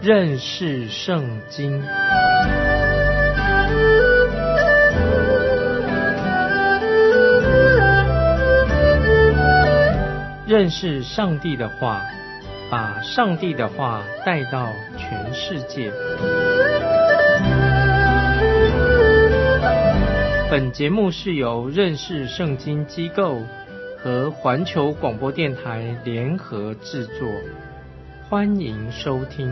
认识圣经。认识上帝的话，把上帝的话带到全世界。本节目是由认识圣经机构和环球广播电台联合制作，欢迎收听。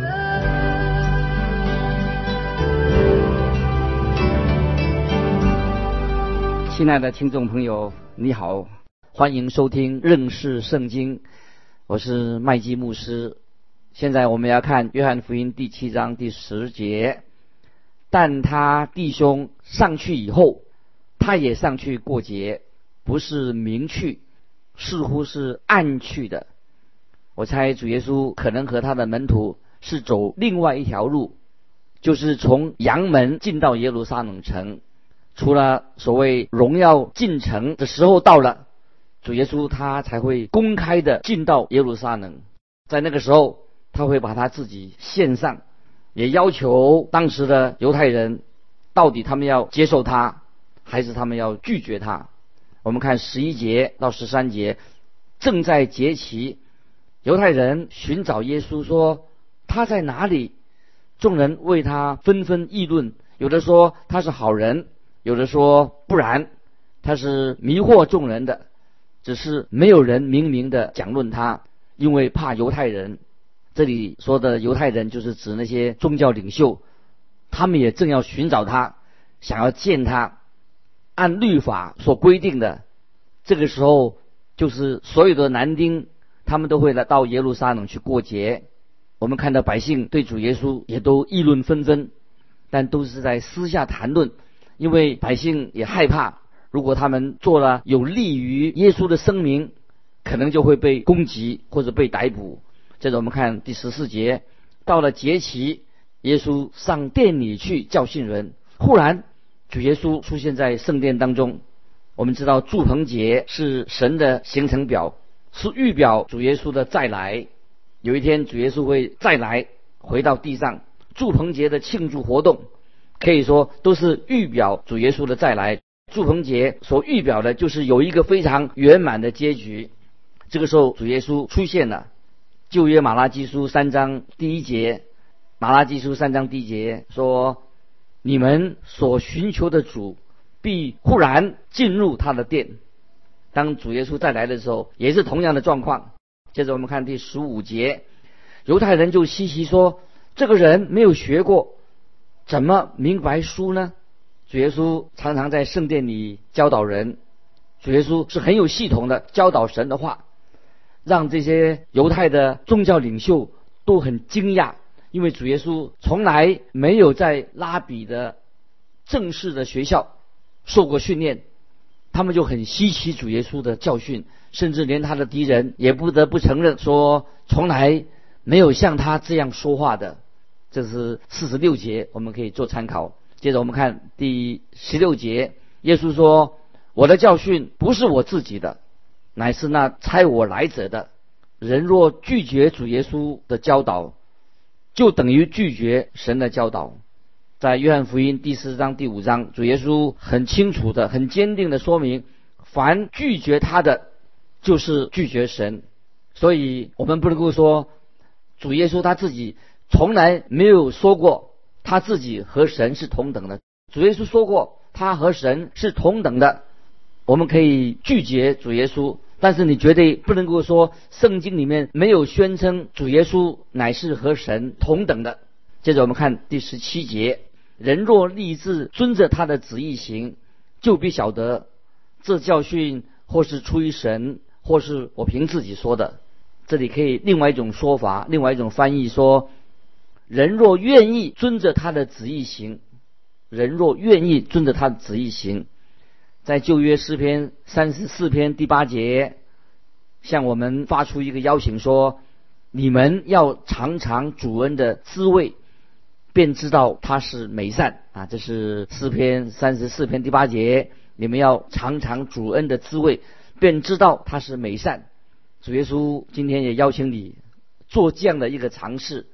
亲爱的听众朋友，你好，欢迎收听认识圣经，我是麦基牧师。现在我们要看约翰福音第7章第10节，但他弟兄上去以后，他也上去过节，不是明去，似乎是暗去的。我猜主耶稣可能和他的门徒是走另外一条路，就是从阳门进到耶路撒冷城。除了所谓荣耀进城的时候到了，主耶稣他才会公开的进到耶路撒冷。在那个时候，他会把他自己献上，也要求当时的犹太人到底他们要接受他还是他们要拒绝他。我们看11节到13节，正在节期，犹太人寻找耶稣，说他在哪里？众人为他纷纷议论，有的说他是好人，有的说不然，他是迷惑众人的。只是没有人明明的讲论他，因为怕犹太人。这里说的犹太人就是指那些宗教领袖，他们也正要寻找他，想要见他。按律法所规定的，这个时候就是所有的男丁他们都会来到耶路撒冷去过节。我们看到百姓对主耶稣也都议论纷纷，但都是在私下谈论，因为百姓也害怕，如果他们做了有利于耶稣的声明，可能就会被攻击或者被逮捕。接着我们看第14节，到了节期，耶稣上殿里去教训人。忽然主耶稣出现在圣殿当中。我们知道住棚节是神的行程表，是预表主耶稣的再来。有一天主耶稣会再来，回到地上。住棚节的庆祝活动可以说都是预表主耶稣的再来。住棚节所预表的就是有一个非常圆满的结局。这个时候主耶稣出现了。旧约马拉基书3章第1节，马拉基书3章第1节说，你们所寻求的主必忽然进入他的殿。当主耶稣再来的时候，也是同样的状况。接着我们看第15节，犹太人就稀奇说，这个人没有学过，怎么明白书呢？主耶稣常常在圣殿里教导人，主耶稣是很有系统的教导神的话，让这些犹太的宗教领袖都很惊讶，因为主耶稣从来没有在拉比的正式的学校受过训练，他们就很稀奇主耶稣的教训，甚至连他的敌人也不得不承认说，从来没有像他这样说话的。这是46节，我们可以做参考。接着我们看第16节，耶稣说，我的教训不是我自己的，乃是那差我来者的。人若拒绝主耶稣的教导，就等于拒绝神的教导。在约翰福音第4章第5章，主耶稣很清楚的很坚定的说明，凡拒绝他的就是拒绝神。所以我们不能够说主耶稣他自己从来没有说过他自己和神是同等的。主耶稣说过他和神是同等的，我们可以拒绝主耶稣，但是你绝对不能够说圣经里面没有宣称主耶稣乃是和神同等的。接着我们看第17节，人若立志遵着他的旨意行，就必晓得这教训或是出于神，或是我凭自己说的。这里可以另外一种说法，另外一种翻译说，人若愿意遵着他的旨意行，人若愿意遵着他的旨意行。在旧约诗篇34篇第8节，向我们发出一个邀请说，你们要尝尝主恩的滋味，便知道他是美善啊。这是诗篇34篇第8节，你们要尝尝主恩的滋味，便知道他是美善。主耶稣今天也邀请你做这样的一个尝试，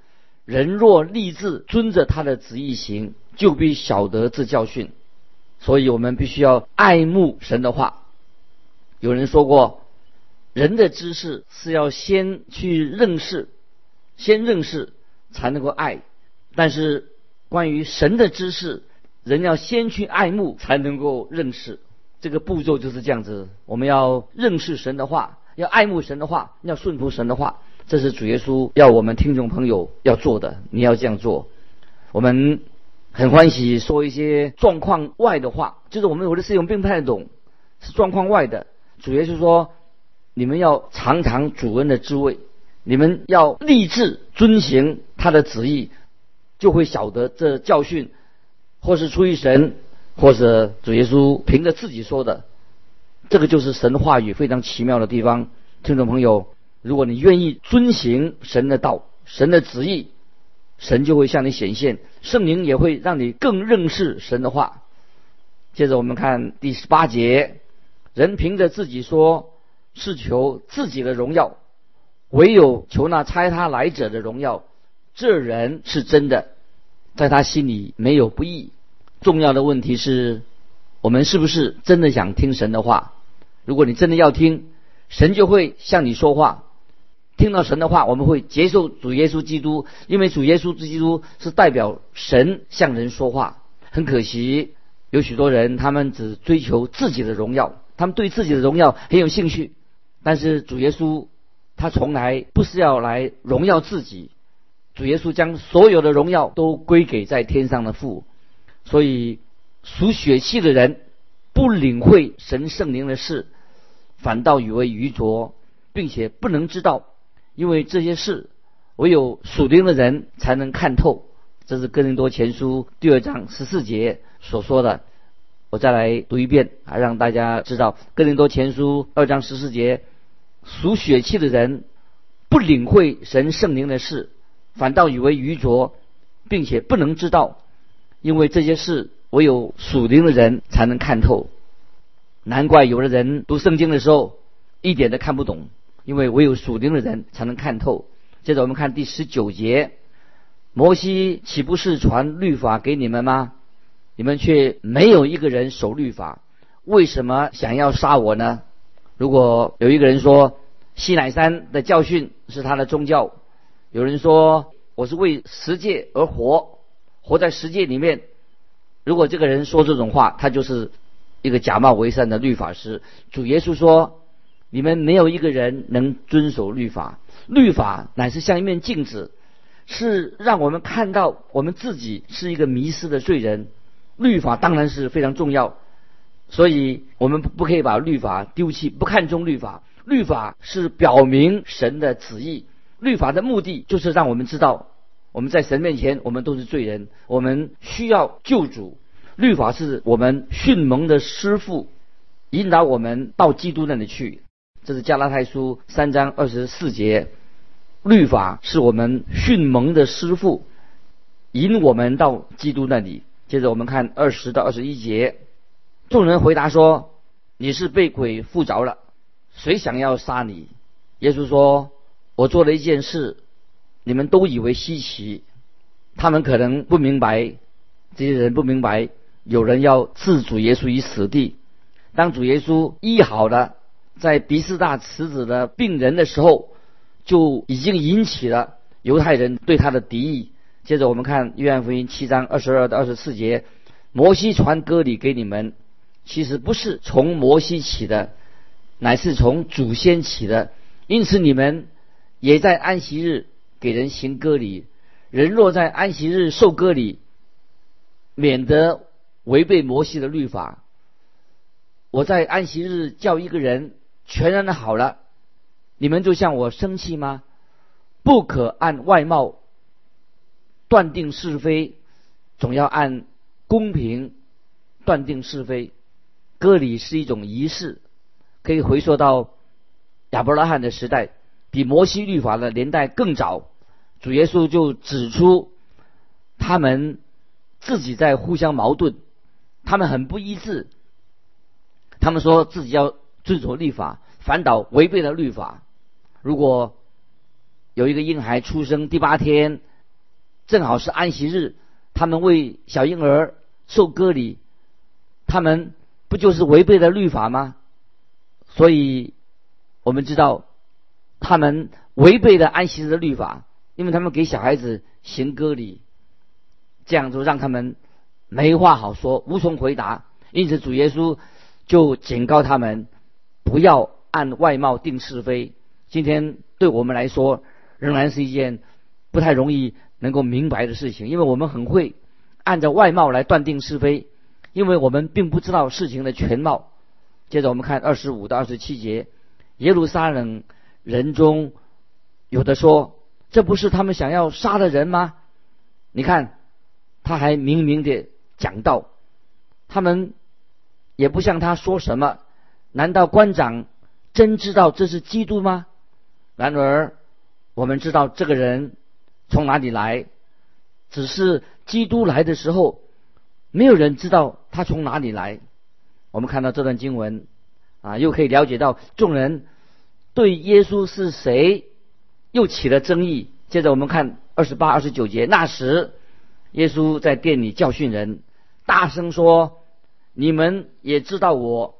人若立志遵着他的旨意行，就必晓得这教训。所以我们必须要爱慕神的话。有人说过，人的知识是要先去认识，先认识才能够爱，但是关于神的知识，人要先去爱慕才能够认识。这个步骤就是这样子，我们要认识神的话，要爱慕神的话，要顺服神的话，这是主耶稣要我们听众朋友要做的，你要这样做。我们很欢喜说一些状况外的话，就是我们有的事情并不太懂，是状况外的。主耶稣说，你们要尝尝主恩的滋味，你们要立志遵行他的旨意，就会晓得这教训或是出于神，或者主耶稣凭着自己说的。这个就是神话语非常奇妙的地方。听众朋友，如果你愿意遵行神的道，神的旨意，神就会向你显现，圣灵也会让你更认识神的话。接着我们看第18节，人凭着自己说是求自己的荣耀，唯有求那差他来者的荣耀，这人是真的，在他心里没有不义。重要的问题是，我们是不是真的想听神的话？如果你真的要听，神就会向你说话。听到神的话，我们会接受主耶稣基督，因为主耶稣基督是代表神向人说话。很可惜，有许多人他们只追求自己的荣耀，他们对自己的荣耀很有兴趣，但是主耶稣他从来不是要来荣耀自己，主耶稣将所有的荣耀都归给在天上的父。所以属血气的人不领会神圣灵的事，反倒以为愚拙，并且不能知道，因为这些事唯有属灵的人才能看透。这是哥林多前书2章14节所说的。我再来读一遍，让大家知道哥林多前书2章14节，属血气的人不领会神圣灵的事，反倒以为愚拙，并且不能知道，因为这些事唯有属灵的人才能看透。难怪有的人读圣经的时候一点都看不懂，因为唯有属灵的人才能看透。接着我们看第19节，摩西岂不是传律法给你们吗？你们却没有一个人守律法，为什么想要杀我呢？如果有一个人说西乃山的教训是他的宗教，有人说我是为十诫而活，活在十诫里面，如果这个人说这种话，他就是一个假冒为善的律法师。主耶稣说，你们没有一个人能遵守律法，律法乃是像一面镜子，是让我们看到我们自己是一个迷失的罪人。律法当然是非常重要，所以我们不可以把律法丢弃，不看重律法。律法是表明神的旨意，律法的目的就是让我们知道我们在神面前我们都是罪人，我们需要救主。律法是我们训蒙的师傅，引导我们到基督那里去。这是加拉太书3章24节，律法是我们训蒙的师傅，引我们到基督那里。接着我们看20到21节，众人回答说，你是被鬼附着了，谁想要杀你？耶稣说，我做了一件事，你们都以为稀奇。他们可能不明白，这些人不明白，有人要置主耶稣于死地。当主耶稣医好了在彼斯大池子的病人的时候，就已经引起了犹太人对他的敌意。接着我们看约翰福音7章22到24节，摩西传割礼给你们，其实不是从摩西起的，乃是从祖先起的，因此你们也在安息日给人行割礼。人若在安息日受割礼，免得违背摩西的律法。我在安息日叫一个人全然的好了，你们就向我生气吗？不可按外貌断定是非，总要按公平断定是非。割礼是一种仪式，可以回溯到亚伯拉罕的时代，比摩西律法的年代更早。主耶稣就指出他们自己在互相矛盾，他们很不一致。他们说自己要遵守律法，反倒违背了律法。如果有一个婴孩出生第8天正好是安息日，他们为小婴儿受割礼，他们不就是违背了律法吗？所以我们知道他们违背了安息日的律法，因为他们给小孩子行割礼，这样就让他们没话好说，无从回答。因此主耶稣就警告他们不要按外貌定是非。今天对我们来说仍然是一件不太容易能够明白的事情，因为我们很会按照外貌来断定是非，因为我们并不知道事情的全貌。接着我们看25到27节，耶路撒冷人中有的说，这不是他们想要杀的人吗？你看他还明明的讲道，他们也不向他说什么，难道官长真知道这是基督吗？然而我们知道这个人从哪里来，只是基督来的时候没有人知道他从哪里来。我们看到这段经文又可以了解到众人对耶稣是谁又起了争议。接着我们看28、29节，那时耶稣在殿里教训人，大声说，你们也知道我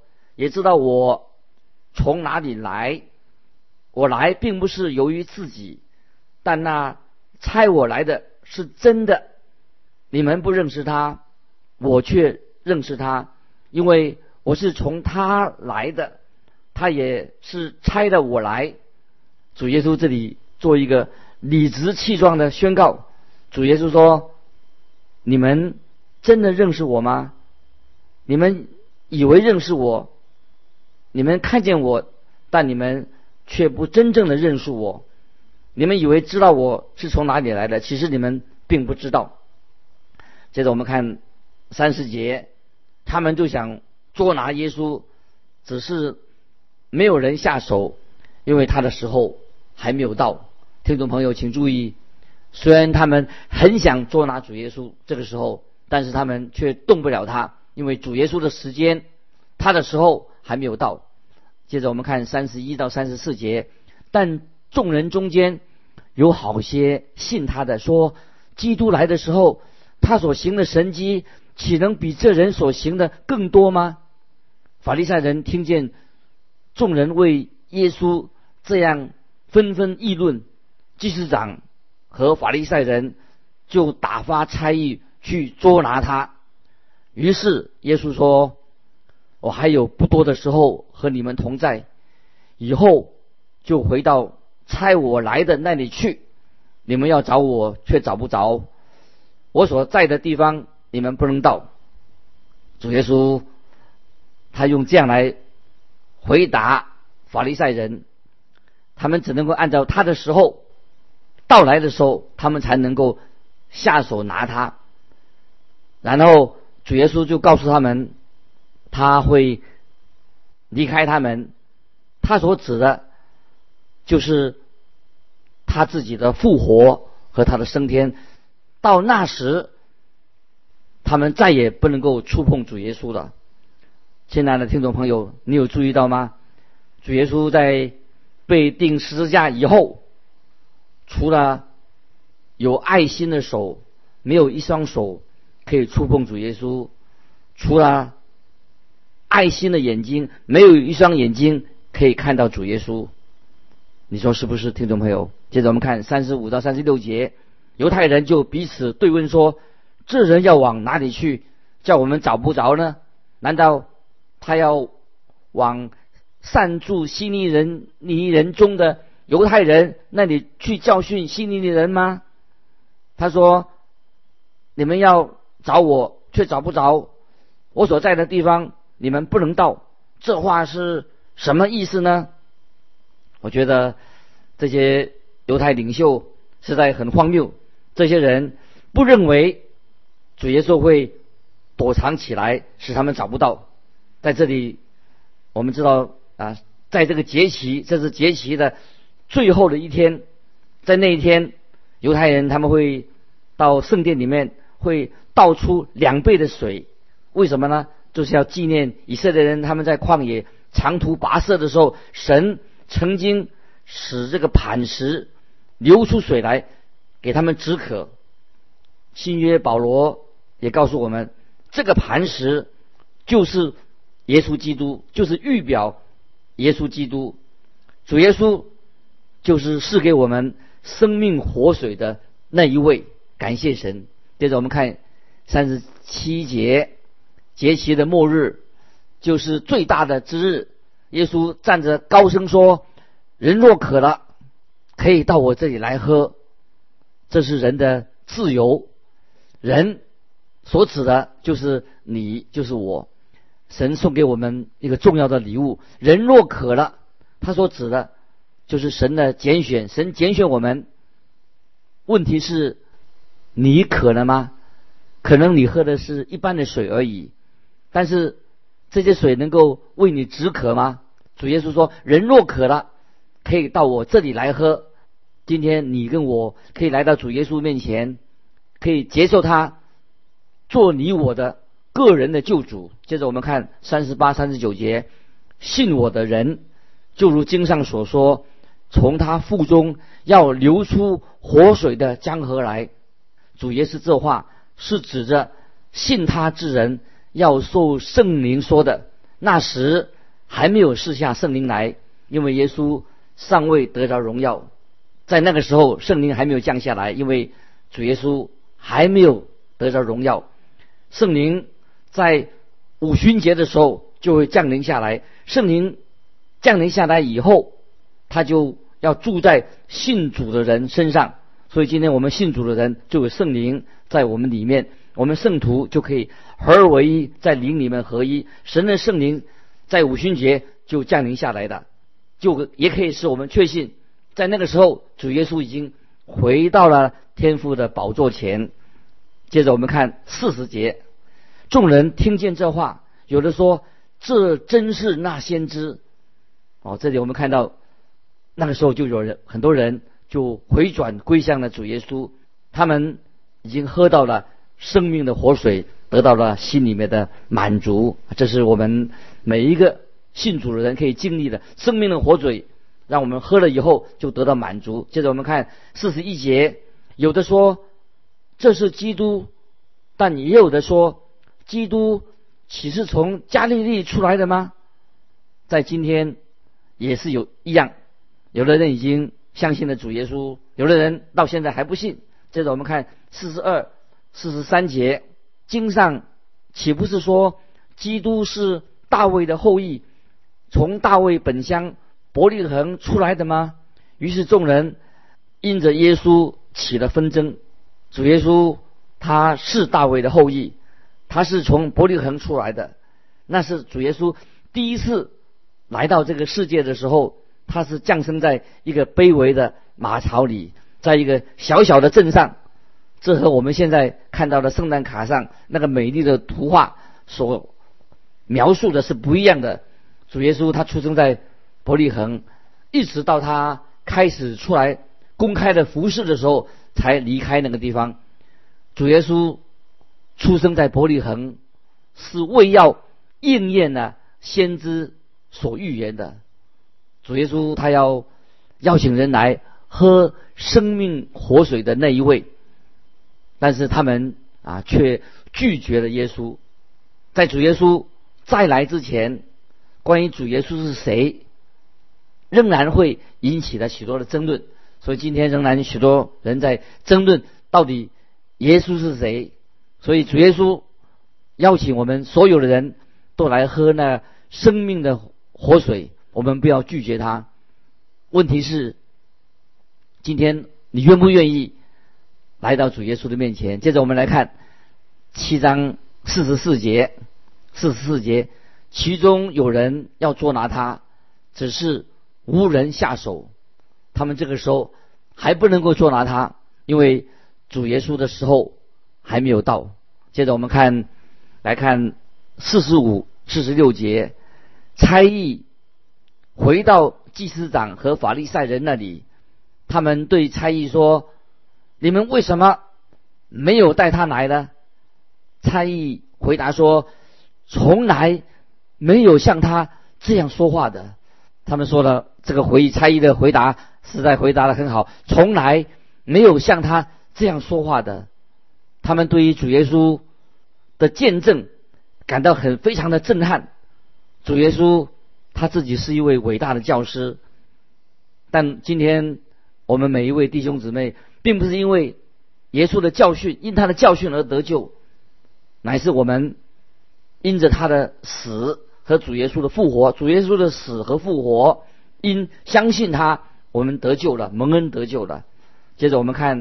从哪里来，我来并不是由于自己，但那差我来的是真的，你们不认识他，我却认识他，因为我是从他来的，他也是差的我来。主耶稣这里做一个理直气壮的宣告，主耶稣说，你们真的认识我吗？你们以为认识我，你们看见我，但你们却不真正的认识我。你们以为知道我是从哪里来的，其实你们并不知道。接着我们看30节，他们就想捉拿耶稣，只是没有人下手，因为他的时候还没有到。听众朋友请注意，虽然他们很想捉拿主耶稣这个时候，但是他们却动不了他，因为主耶稣的时间，他的时候还没有到。接着我们看31到34节，但众人中间有好些信他的，说基督来的时候，他所行的神迹岂能比这人所行的更多吗？法利赛人听见众人为耶稣这样纷纷议论，祭司长和法利赛人就打发差役去捉拿他。于是耶稣说，我还有不多的时候和你们同在，以后就回到差我来的那里去，你们要找我却找不着，我所在的地方你们不能到。主耶稣他用这样来回答法利赛人，他们只能够按照他的时候到来的时候，他们才能够下手拿他。然后主耶稣就告诉他们，他会离开他们，他所指的就是他自己的复活和他的升天。到那时他们再也不能够触碰主耶稣了。亲爱的听众朋友，你有注意到吗？主耶稣在被钉十字架以后，除了有爱心的手，没有一双手可以触碰主耶稣；除了爱心的眼睛，没有一双眼睛可以看到主耶稣。你说是不是，听众朋友？接着我们看35到36节，犹太人就彼此对问说，这人要往哪里去，叫我们找不着呢？难道他要往散住希利尼人中的犹太人那里去教训希利尼人吗？他说，你们要找我却找不着，我所在的地方你们不能到，这话是什么意思呢？我觉得这些犹太领袖实在很荒谬，这些人不认为主耶稣会躲藏起来使他们找不到。在这里我们知道在这个节期，这是节期的最后的一天，在那一天犹太人他们会到圣殿里面会倒出2倍的水。为什么呢？就是要纪念以色列人他们在旷野长途跋涉的时候，神曾经使这个磐石流出水来给他们止渴。 新约保罗也告诉我们，这个磐石就是耶稣基督，就是预表耶稣基督。主耶稣就是赐给我们生命活水的那一位，感谢神。接着我们看37节，节期的末日就是最大的之日，耶稣站着高声说，人若渴了，可以到我这里来喝。这是人的自由，人所指的就是你，就是我。神送给我们一个重要的礼物，人若渴了，他所指的就是神的拣选，神拣选我们。问题是，你渴了吗？可能你喝的是一般的水而已，但是这些水能够为你止渴吗？主耶稣说，人若渴了，可以到我这里来喝。今天你跟我可以来到主耶稣面前，可以接受他做你我的个人的救主。接着我们看38、39节，信我的人，就如经上所说，从他腹中要流出活水的江河来。主耶稣这话是指着信他之人要受圣灵说的。那时还没有赐下圣灵来，因为耶稣尚未得着荣耀。在那个时候圣灵还没有降下来，因为主耶稣还没有得着荣耀。圣灵在五旬节的时候就会降临下来，圣灵降临下来以后，他就要住在信主的人身上。所以今天我们信主的人就有圣灵在我们里面，我们圣徒就可以合而为一，在灵里面合一。神的圣灵在五旬节就降临下来的，就也可以使我们确信，在那个时候主耶稣已经回到了天父的宝座前。接着我们看40节，众人听见这话，有的说，这真是那先知。这里我们看到那个时候就有人，很多人就回转归向了主耶稣，他们已经喝到了生命的活水，得到了心里面的满足。这是我们每一个信主的人可以经历的生命的活水，让我们喝了以后就得到满足。接着我们看41节，有的说这是基督，但也有的说，基督岂是从加利利出来的吗？在今天也是有一样，有的人已经相信了主耶稣，有的人到现在还不信。接着我们看42、43节，经上岂不是说基督是大卫的后裔，从大卫本乡伯利恒出来的吗？于是众人因着耶稣起了纷争。主耶稣他是大卫的后裔，他是从伯利恒出来的，那是主耶稣第一次来到这个世界的时候，他是降生在一个卑微的马槽里，在一个小小的镇上。这和我们现在看到的圣诞卡上那个美丽的图画所描述的是不一样的。主耶稣他出生在伯利恒，一直到他开始出来公开的服事的时候才离开那个地方。主耶稣出生在伯利恒是为要应验了先知所预言的。主耶稣他要邀请人来喝生命活水的那一位，但是他们却拒绝了耶稣。在主耶稣再来之前，关于主耶稣是谁仍然会引起了许多的争论。所以今天仍然许多人在争论到底耶稣是谁。所以主耶稣邀请我们所有的人都来喝那生命的活水，我们不要拒绝他。问题是今天你愿不愿意来到主耶稣的面前？接着我们来看7章44节，其中有人要捉拿他，只是无人下手。他们这个时候还不能够捉拿他，因为主耶稣的时候还没有到。接着我们来看45、46节，差役回到祭司长和法利赛人那里，他们对差役说，你们为什么没有带他来呢？差役回答说，从来没有像他这样说话的。他们说了，这个差役的回答实在回答得很好，从来没有像他这样说话的。 他们对于主耶稣的见证感到非常的震撼。主耶稣他自己是一位伟大的教师，但今天我们每一位弟兄姊妹并不是因为耶稣的教训，因他的教训而得救，乃是我们因着他的死和主耶稣的复活，主耶稣的死和复活，因相信他，我们得救了，蒙恩得救了。接着我们看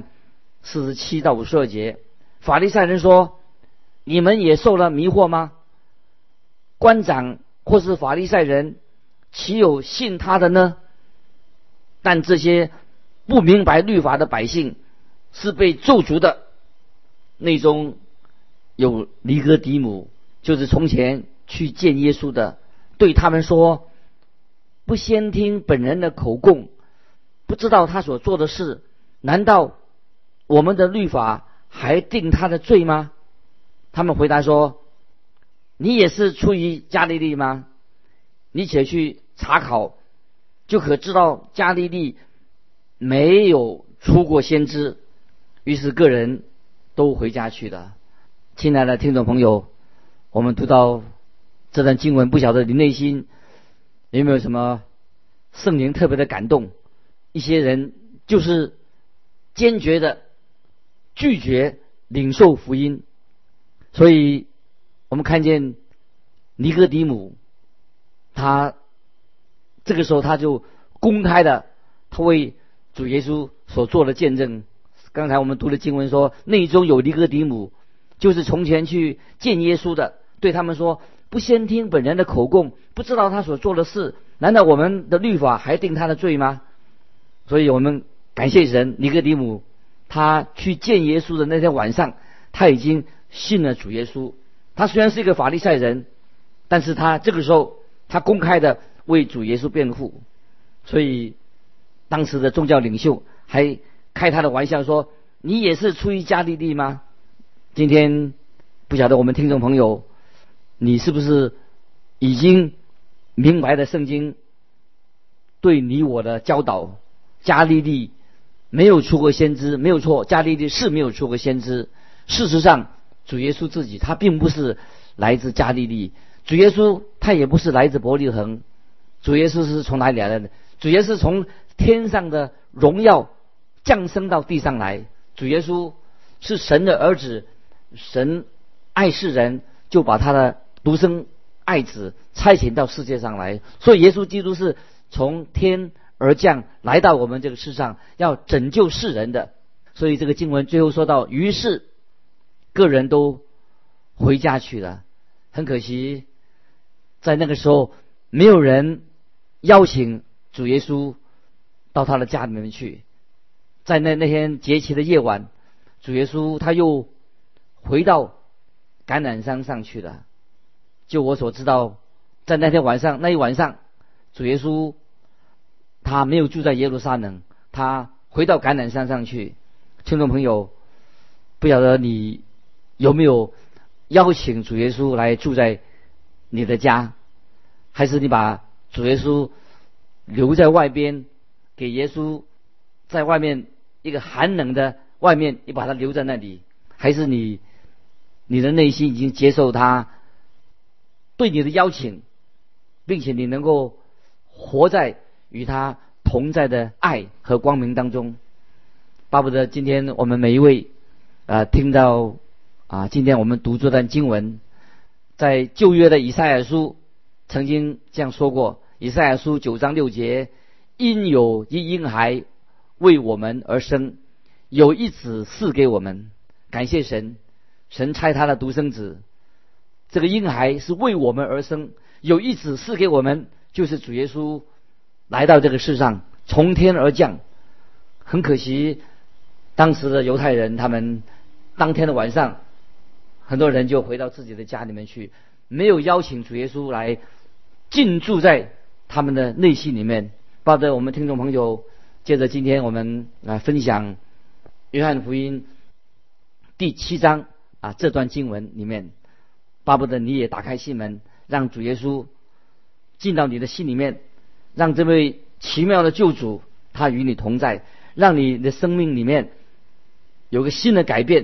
47到52节，法利赛人说：你们也受了迷惑吗？官长或是法利赛人，岂有信他的呢？但这些不明白律法的百姓是被咒诅的。内中有尼哥底母，就是从前去见耶稣的，对他们说：不先听本人的口供，不知道他所做的事，难道我们的律法还定他的罪吗？他们回答说：你也是出于加利利吗？你且去查考，就可知道加利利没有出过先知。于是个人都回家去了。亲爱的听众朋友，我们读到这段经文，不晓得你内心有没有什么圣灵特别的感动？一些人就是坚决的拒绝领受福音，所以我们看见尼哥底母，他这个时候他就公开的，他为主耶稣所做的见证。刚才我们读的经文说，内中有尼哥底母，就是从前去见耶稣的，对他们说：不先听本人的口供，不知道他所做的事，难道我们的律法还定他的罪吗？所以我们感谢神，尼哥底母他去见耶稣的那天晚上，他已经信了主耶稣。他虽然是一个法利赛人，但是他这个时候他公开的为主耶稣辩护。所以当时的宗教领袖还开他的玩笑说：你也是出于加利利吗？今天不晓得我们听众朋友，你是不是已经明白了圣经对你我的教导？加利利没有出过先知，没有错，加利利是没有出过先知。事实上主耶稣自己他并不是来自加利利，主耶稣他也不是来自伯利恒。主耶稣是从哪里来的？主耶稣是从天上的荣耀降生到地上来。主耶稣是神的儿子，神爱世人，就把他的独生爱子差遣到世界上来。所以耶稣基督是从天而降，来到我们这个世上，要拯救世人的。所以这个经文最后说到，于是个人都回家去了。很可惜，在那个时候没有人邀请主耶稣到他的家里面去。在那天节期的夜晚，主耶稣他又回到橄榄山上去了。就我所知道，在那一晚上，主耶稣他没有住在耶路撒冷，他回到橄榄山上去。听众朋友，不晓得你有没有邀请主耶稣来住在你的家，还是你把主耶稣留在外边，给耶稣在外面一个寒冷的外面，你把他留在那里，还是你的内心已经接受他对你的邀请，并且你能够活在与他同在的爱和光明当中。巴不得今天我们每一位听到今天我们读这段经文，在旧约的以赛亚书曾经这样说过，以赛亚书9章6节，因有一婴孩为我们而生，有一子赐给我们。感谢神，神差他的独生子，这个婴孩是为我们而生，有一子赐给我们，就是主耶稣来到这个世上，从天而降。很可惜，当时的犹太人他们当天的晚上，很多人就回到自己的家里面去，没有邀请主耶稣来进驻在他们的内心里面。巴不得我们听众朋友接着今天我们来分享约翰福音第7章这段经文里面，巴不得你也打开心门，让主耶稣进到你的心里面，让这位奇妙的救主他与你同在，让你的生命里面有个新的改变，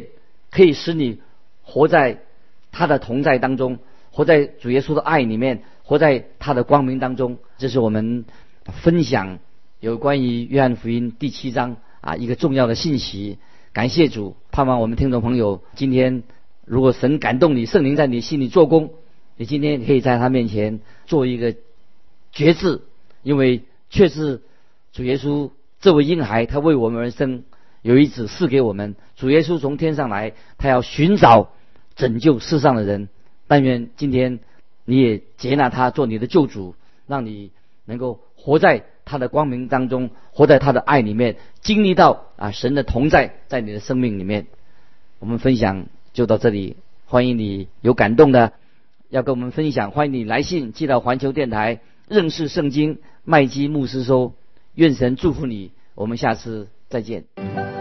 可以使你活在他的同在当中，活在主耶稣的爱里面，活在他的光明当中。这是我们分享有关于约翰福音第7章一个重要的信息。感谢主，盼望我们听众朋友今天如果神感动你，圣灵在你心里做工，你今天可以在他面前做一个决志，因为确实主耶稣这位婴孩他为我们而生，有一指示给我们，主耶稣从天上来，他要寻找拯救世上的人。但愿今天你也接纳他做你的救主，让你能够活在他的光明当中，活在他的爱里面，经历到神的同在在你的生命里面。我们分享就到这里，欢迎你有感动的要跟我们分享，欢迎你来信寄到环球电台认识圣经麦基牧师收。愿神祝福你，我们下次再见。